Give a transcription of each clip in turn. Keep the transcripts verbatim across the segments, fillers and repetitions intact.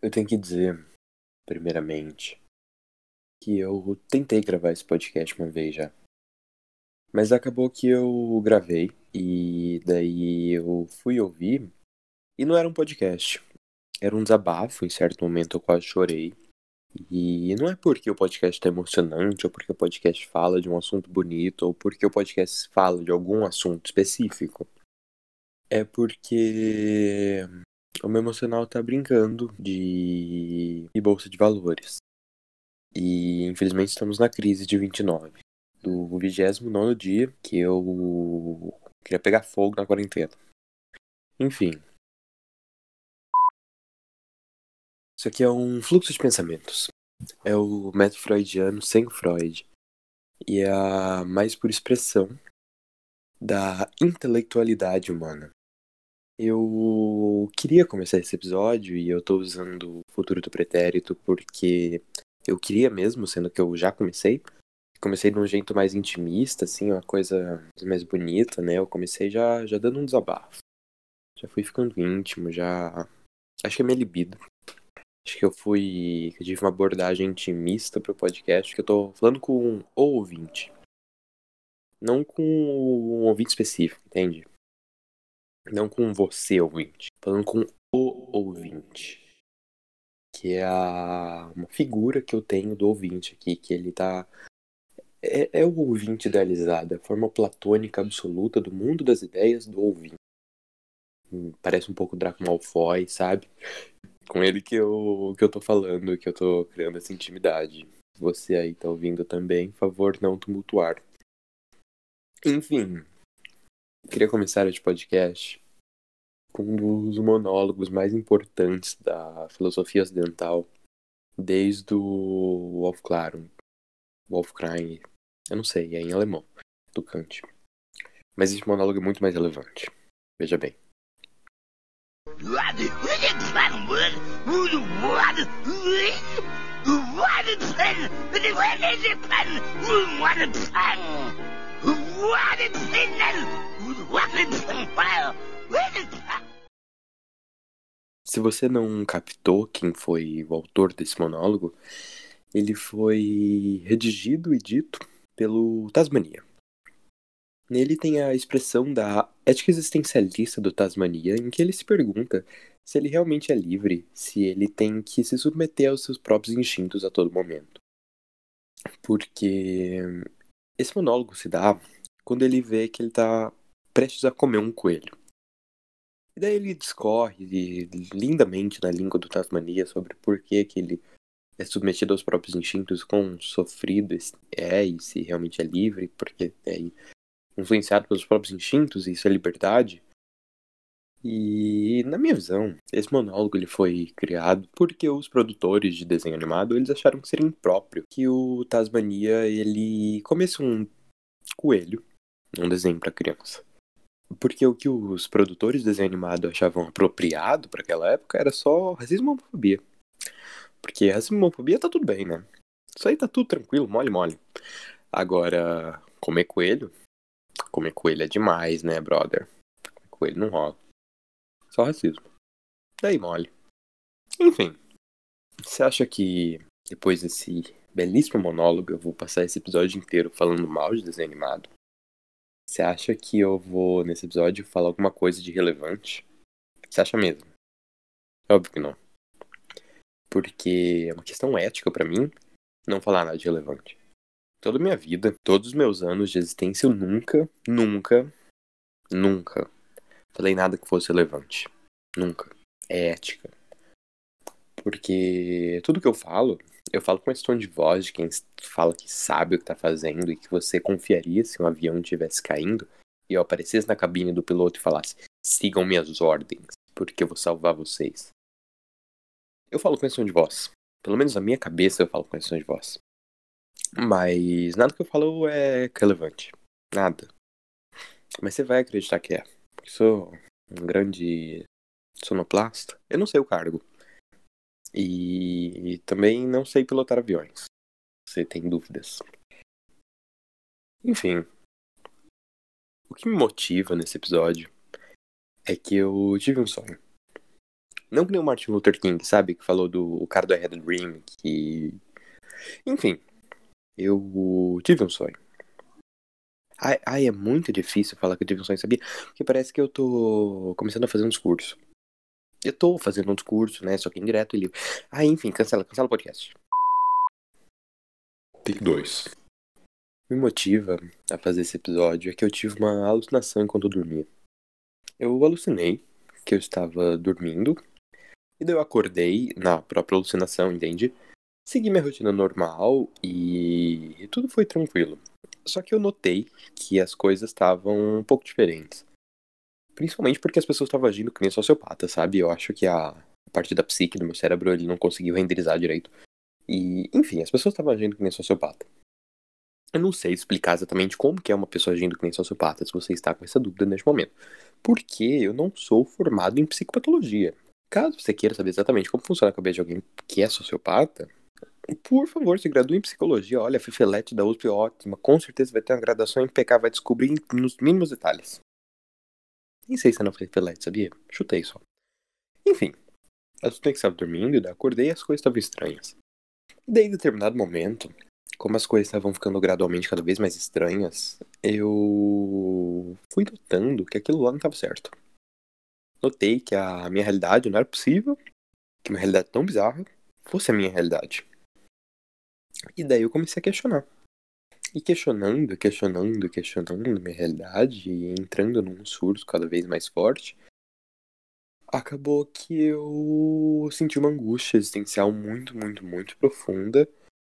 Eu tenho que dizer, primeiramente, que eu tentei gravar esse podcast uma vez já. Mas acabou que eu gravei e daí eu fui ouvir e não era um podcast. Era um desabafo, em certo momento eu quase chorei. E não é porque o podcast tá emocionante, ou porque o podcast fala de um assunto bonito, ou porque o podcast fala de algum assunto específico. É porque o meu emocional tá brincando de, de bolsa de valores. E infelizmente estamos na crise de vinte e nove. Do vigésimo nono dia que eu queria pegar fogo na quarentena. Enfim. Isso aqui é um fluxo de pensamentos. É o método freudiano sem Freud. E é a mais pura expressão da intelectualidade humana. Eu queria começar esse episódio e eu tô usando o futuro do pretérito porque eu queria mesmo, sendo que eu já comecei. Comecei de um jeito mais intimista, assim, uma coisa mais bonita, né? Eu comecei já, já dando um desabafo. Já fui ficando íntimo, já. Acho que é minha libido. Acho que eu fui. Eu tive uma abordagem intimista pro podcast, que eu tô falando com o ouvinte. Não com um ouvinte específico, entende? Não com você, ouvinte. Falando com o ouvinte. Que é a... uma figura que eu tenho do ouvinte aqui, que ele tá. É, é o ouvinte idealizado, a forma platônica absoluta do mundo das ideias do ouvinte. Parece um pouco Draco Malfoy, sabe? Com ele que eu, que eu tô falando, que eu tô criando essa intimidade. Você aí tá ouvindo também, por favor, não tumultuar. Enfim, queria começar este podcast com um dos monólogos mais importantes da filosofia ocidental, desde o Wolfklärung, Wolfkrein, eu não sei, é em alemão, do Kant. Mas esse monólogo é muito mais relevante. Veja bem. Se você não captou quem foi o autor desse monólogo, ele foi redigido e dito pelo Tasmania. Nele tem a expressão da ética existencialista do Tasmania, em que ele se pergunta se ele realmente é livre, se ele tem que se submeter aos seus próprios instintos a todo momento. Porque esse monólogo se dá quando ele vê que ele está prestes a comer um coelho. E daí ele discorre lindamente na língua do Tasmania sobre por que, que ele é submetido aos próprios instintos, quão sofrido é e se realmente é livre, porque é influenciado pelos próprios instintos e isso é liberdade. E na minha visão, esse monólogo ele foi criado porque os produtores de desenho animado eles acharam que seria impróprio que o Tasmania ele comesse um coelho num desenho para criança. Porque o que os produtores de desenho animado achavam apropriado para aquela época era só racismo e homofobia. Porque racismo e homofobia tá tudo bem, né? Isso aí tá tudo tranquilo, mole mole. Agora, comer coelho? Comer coelho é demais, né, brother? Comer coelho não rola. Só racismo. Daí mole. Enfim, você acha que depois desse belíssimo monólogo eu vou passar esse episódio inteiro falando mal de desenho animado? Você acha que eu vou, nesse episódio, falar alguma coisa de relevante? Você acha mesmo? Óbvio que não. Porque é uma questão ética pra mim não falar nada de relevante. Toda a minha vida, todos os meus anos de existência, eu nunca, nunca, nunca falei nada que fosse relevante. Nunca. É ética. Porque tudo que eu falo, eu falo com esse tom de voz de quem fala que sabe o que tá fazendo e que você confiaria se um avião estivesse caindo e eu aparecesse na cabine do piloto e falasse: sigam minhas ordens, porque eu vou salvar vocês. Eu falo com esse tom de voz. Pelo menos na minha cabeça eu falo com esse tom de voz. Mas nada que eu falo é relevante. Nada. Mas você vai acreditar que é. Porque sou um grande sonoplasta. Eu não sei o cargo. E também não sei pilotar aviões. Você tem dúvidas. Enfim. O que me motiva nesse episódio é que eu tive um sonho. Não que nem o Martin Luther King, sabe? Que falou do o cara do I Had a Dream, que... Enfim, eu tive um sonho. Ai, ai, é muito difícil falar que eu tive um sonho, sabia? Porque parece que eu tô começando a fazer um discurso. Eu tô fazendo um discurso, né? Só que indireto e livre. Ah, enfim, cancela, cancela o podcast. Take dois. Me motiva a fazer esse episódio é que eu tive uma alucinação enquanto eu dormia. Eu alucinei que eu estava dormindo, e daí eu acordei na própria alucinação, entende? Segui minha rotina normal e tudo foi tranquilo. Só que eu notei que as coisas estavam um pouco diferentes. Principalmente porque as pessoas estavam agindo que nem sociopata, sabe? Eu acho que a parte da psique do meu cérebro ele não conseguiu renderizar direito. E, enfim, as pessoas estavam agindo que nem sociopata. Eu não sei explicar exatamente como que é uma pessoa agindo que nem sociopata, se você está com essa dúvida neste momento. Porque eu não sou formado em psicopatologia. Caso você queira saber exatamente como funciona a cabeça de alguém que é sociopata, por favor, se gradue em psicologia. Olha, a Fifelete da U S P é ótima. Com certeza vai ter uma graduação em P K, vai descobrir nos mínimos detalhes. Nem sei se é na Fifelete, sabia? Chutei só. Enfim, eu tenho que estava dormindo, e daí acordei e as coisas estavam estranhas. E daí, em determinado momento, como as coisas estavam ficando gradualmente cada vez mais estranhas, eu fui notando que aquilo lá não estava certo. Notei que a minha realidade não era possível, que uma realidade tão bizarra fosse a minha realidade. E daí eu comecei a questionar. E questionando, questionando, questionando minha realidade, e entrando num surto cada vez mais forte, acabou que eu senti uma angústia existencial muito, muito, muito profunda.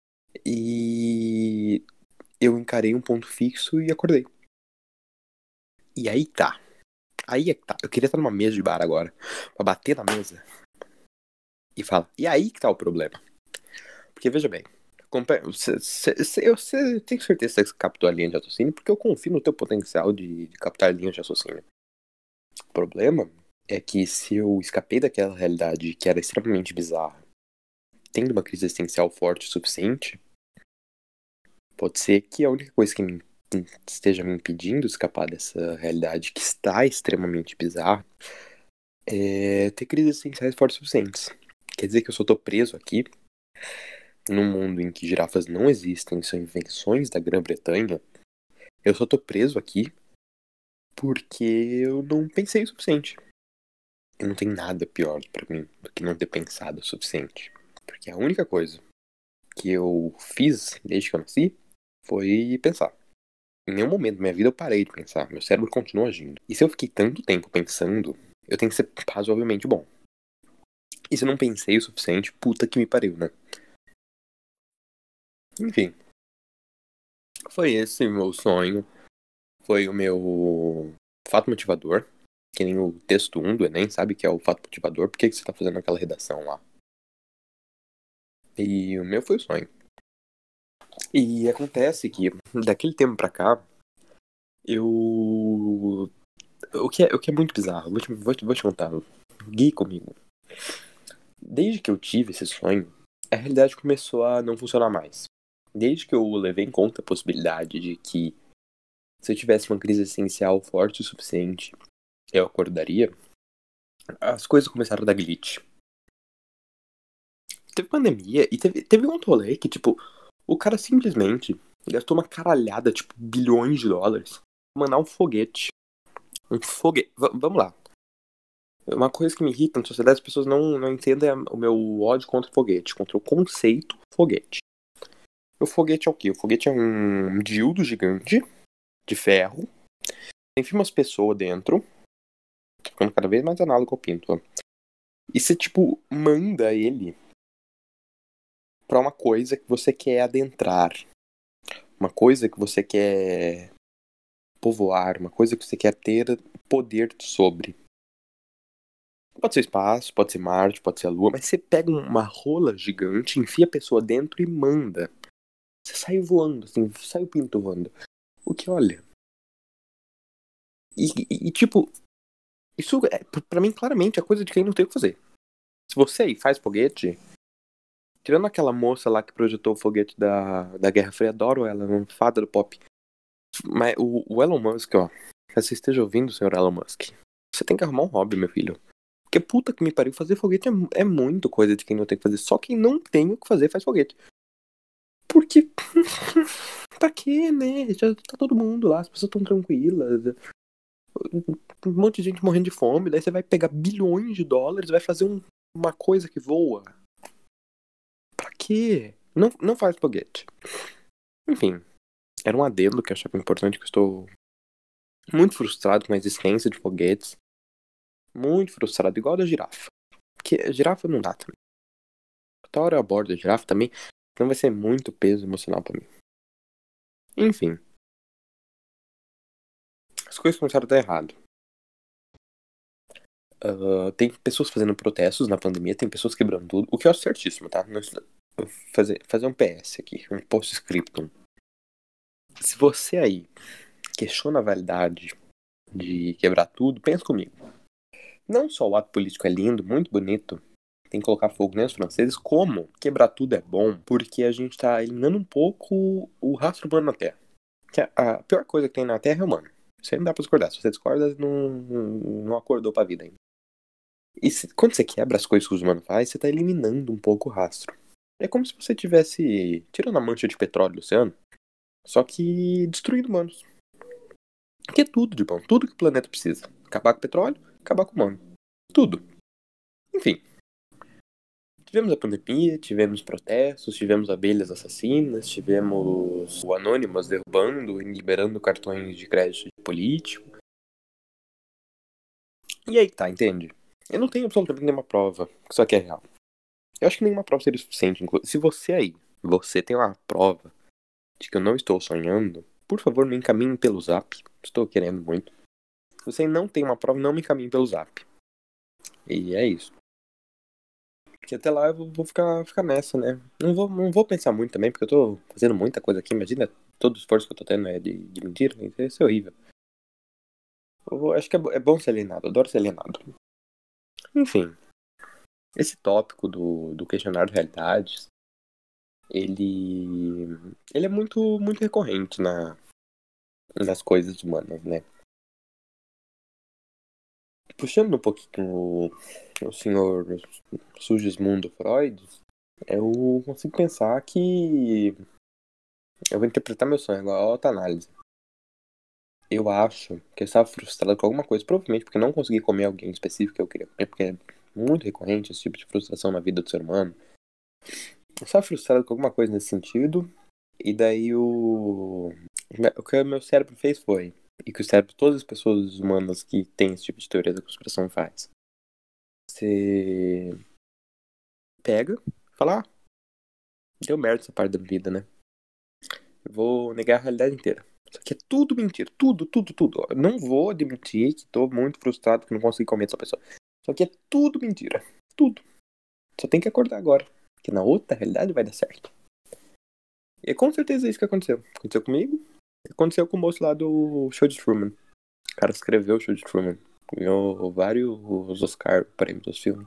E eu encarei um ponto fixo e acordei. E aí tá. Aí é que tá. Eu queria estar numa mesa de bar agora, pra bater na mesa e falar. E aí que tá o problema. Porque veja bem, você, você, eu você, tenho certeza que você captou a linha de raciocínio, porque eu confio no teu potencial de, de captar linhas de raciocínio. O problema é que se eu escapei daquela realidade que era extremamente bizarra, tendo uma crise existencial forte o suficiente, pode ser que a única coisa que me, esteja me impedindo de escapar dessa realidade que está extremamente bizarra é ter crises existenciais fortes o suficientes. Quer dizer que eu só tô preso aqui, num mundo em que girafas não existem, são invenções da Grã-Bretanha. Eu só tô preso aqui porque eu não pensei o suficiente. E não tem nada pior pra mim do que não ter pensado o suficiente. Porque a única coisa que eu fiz desde que eu nasci foi pensar. Em nenhum momento da minha vida eu parei de pensar. Meu cérebro continua agindo. E se eu fiquei tanto tempo pensando, eu tenho que ser razoavelmente bom. E se eu não pensei o suficiente, puta que me pariu, né? Enfim. Foi esse o meu sonho. Foi o meu fato motivador. Que nem o texto um do Enem, sabe? Que é o fato motivador. Por que que você tá fazendo aquela redação lá? E o meu foi o sonho. E acontece que, daquele tempo pra cá, eu... O que é, o que é muito bizarro. Vou te, vou te, vou te contar. Guie comigo. Desde que eu tive esse sonho, a realidade começou a não funcionar mais. Desde que eu levei em conta a possibilidade de que, se eu tivesse uma crise essencial forte o suficiente, eu acordaria, as coisas começaram a dar glitch. Teve pandemia e teve, teve um rolê que, tipo, o cara simplesmente gastou uma caralhada, tipo, bilhões de dólares, pra mandar um foguete. Um foguete. V- vamos lá. Uma coisa que me irrita na sociedade, as pessoas não, não entendem o meu ódio contra o foguete, contra o conceito foguete. O foguete é o quê? O foguete é um dildo gigante de ferro. Enfim, umas pessoas dentro. Tá ficando cada vez mais análogo ao pinto. E você, tipo, manda ele pra uma coisa que você quer adentrar. Uma coisa que você quer povoar. Uma coisa que você quer ter poder sobre. Pode ser espaço, pode ser Marte, pode ser a Lua. Mas você pega uma rola gigante, enfia a pessoa dentro e manda. Você sai voando, assim, sai o pinto voando. O que, olha... E, e, e tipo, isso é, pra mim, claramente, é coisa de quem não tem o que fazer. Se você aí faz foguete, tirando aquela moça lá que projetou o foguete da, da Guerra Fria, adoro ela, uma fada do pop. Mas o, o Elon Musk, ó, se você esteja ouvindo, senhor Elon Musk, você tem que arrumar um hobby, meu filho. Porque puta que me pariu, fazer foguete é, é muito coisa de quem não tem que fazer. Só quem não tem o que fazer faz foguete. Porque. Pra quê, né? Já tá todo mundo lá, as pessoas estão tranquilas. Um monte de gente morrendo de fome. Daí você vai pegar bilhões de dólares, vai fazer um, uma coisa que voa. Pra quê? Não, não faz foguete. Enfim, era um adendo que eu achava importante, que eu estou muito frustrado com a existência de foguetes. Muito frustrado, igual da girafa. Porque a girafa não dá também. Toda hora eu abordo a girafa também, não vai ser muito peso emocional pra mim. Enfim. As coisas começaram a dar errado. Uh, tem pessoas fazendo protestos na pandemia, tem pessoas quebrando tudo, o que eu acho certíssimo, tá? Vou fazer, fazer um P S aqui, um post-scriptum. Se você aí questiona a validade de quebrar tudo, pensa comigo. Não só o ato político é lindo, muito bonito, tem que colocar fogo nos franceses, como quebrar tudo é bom, porque a gente tá eliminando um pouco o rastro humano na Terra. Que a, a pior coisa que tem na Terra é o humano. Isso aí não dá pra discordar. Se você discorda, não, não acordou pra vida ainda. E se, quando você quebra as coisas que os humanos fazem, você tá eliminando um pouco o rastro. É como se você tivesse tirando a mancha de petróleo do oceano, só que destruindo humanos. Que é tudo de bom, tudo que o planeta precisa. Acabar com o petróleo, acabar com o humano. Tudo. Enfim. Tivemos a pandemia, tivemos protestos, tivemos abelhas assassinas, tivemos o Anonymous derrubando e liberando cartões de crédito de político. E aí que tá, entende? Eu não tenho absolutamente nenhuma prova que isso aqui é real. Eu acho que nenhuma prova seria suficiente. Se você aí, você tem uma prova de que eu não estou sonhando, por favor, me encaminhe pelo zap. Estou querendo muito. Se você não tem uma prova, não me encaminhe pelo zap. E é isso. Porque até lá eu vou, vou ficar, ficar nessa, né? Não vou, não vou pensar muito também, porque eu tô fazendo muita coisa aqui. Imagina, todo o esforço que eu tô tendo é de, de mentira. Isso é horrível. Eu vou- acho que é, bo- é bom ser alienado. Eu adoro ser alienado. Enfim, esse tópico do, do questionário de realidades, ele, ele é muito, muito recorrente na, nas coisas humanas, né? Puxando um pouquinho o, o senhor Sigismundo Freud, eu consigo pensar que eu vou interpretar meu sonho igual a autoanálise. Eu acho que eu estava frustrado com alguma coisa, provavelmente porque não consegui comer alguém específico que eu queria comer, porque é muito recorrente esse tipo de frustração na vida do ser humano. Eu estava frustrado com alguma coisa nesse sentido, e daí o. O que o meu cérebro fez foi, e que o cérebro de todas as pessoas humanas que têm esse tipo de teoria da conspiração faz. Você pega, fala, ah, deu merda essa parte da vida, né? Eu vou negar a realidade inteira. Isso aqui é tudo mentira, tudo, tudo, tudo. Eu não vou admitir que tô muito frustrado que não consegui comer essa pessoa. Isso aqui é tudo mentira, tudo. Só tem que acordar agora, que na outra realidade vai dar certo. E é com certeza isso que aconteceu. Aconteceu comigo, aconteceu com o moço lá do Show de Truman. O cara escreveu o Show de Truman. Ganhou vários Oscar prêmios dos filmes.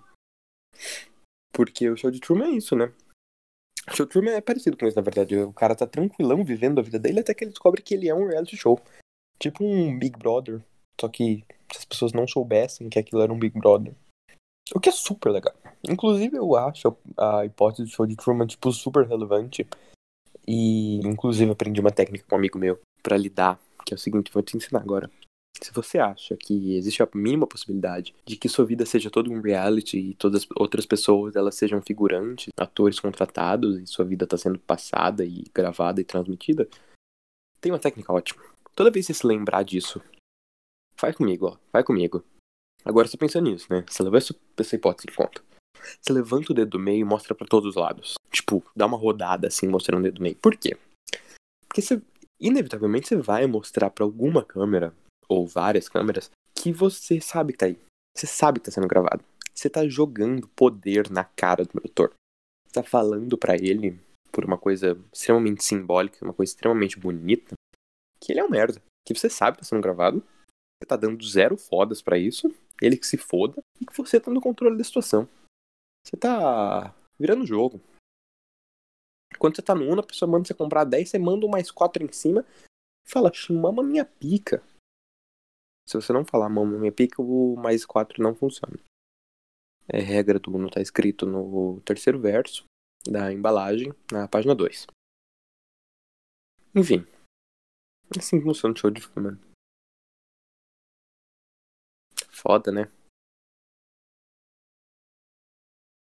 Porque o Show de Truman é isso, né? O Show de Truman é parecido com isso, na verdade. O cara tá tranquilão vivendo a vida dele até que ele descobre que ele é um reality show. Tipo um Big Brother. Só que se as pessoas não soubessem que aquilo era um Big Brother. O que é super legal. Inclusive, eu acho a hipótese do Show de Truman, tipo, super relevante. E, inclusive, aprendi uma técnica com um amigo meu pra lidar. Que é o seguinte, vou te ensinar agora. Se você acha que existe a mínima possibilidade de que sua vida seja todo um reality e todas as outras pessoas elas sejam figurantes, atores contratados e sua vida está sendo passada e gravada e transmitida, tem uma técnica ótima. Toda vez que você se lembrar disso, faz comigo, ó, vai comigo. Agora você pensa nisso, né? Você leva essa, essa hipótese em conta. Você levanta o dedo do meio e mostra pra todos os lados. Tipo, dá uma rodada assim, mostrando o dedo do meio. Por quê? Porque você, inevitavelmente, você vai mostrar pra alguma câmera ou várias câmeras, que você sabe que tá aí. Você sabe que tá sendo gravado. Você tá jogando poder na cara do produtor. Você tá falando pra ele, por uma coisa extremamente simbólica, uma coisa extremamente bonita, que ele é um merda. Que você sabe que tá sendo gravado. Você tá dando zero fodas pra isso. Ele que se foda. E que você tá no controle da situação. Você tá virando o jogo. Quando você tá no Uno, a pessoa manda você comprar dez, você manda um mais quatro em cima e fala, mama minha pica. Se você não falar mama minha pica, o mais quatro não funciona. É regra do Uno, tá escrito no terceiro verso da embalagem, na página dois. Enfim, assim que funciona o show de Truman. Foda, né?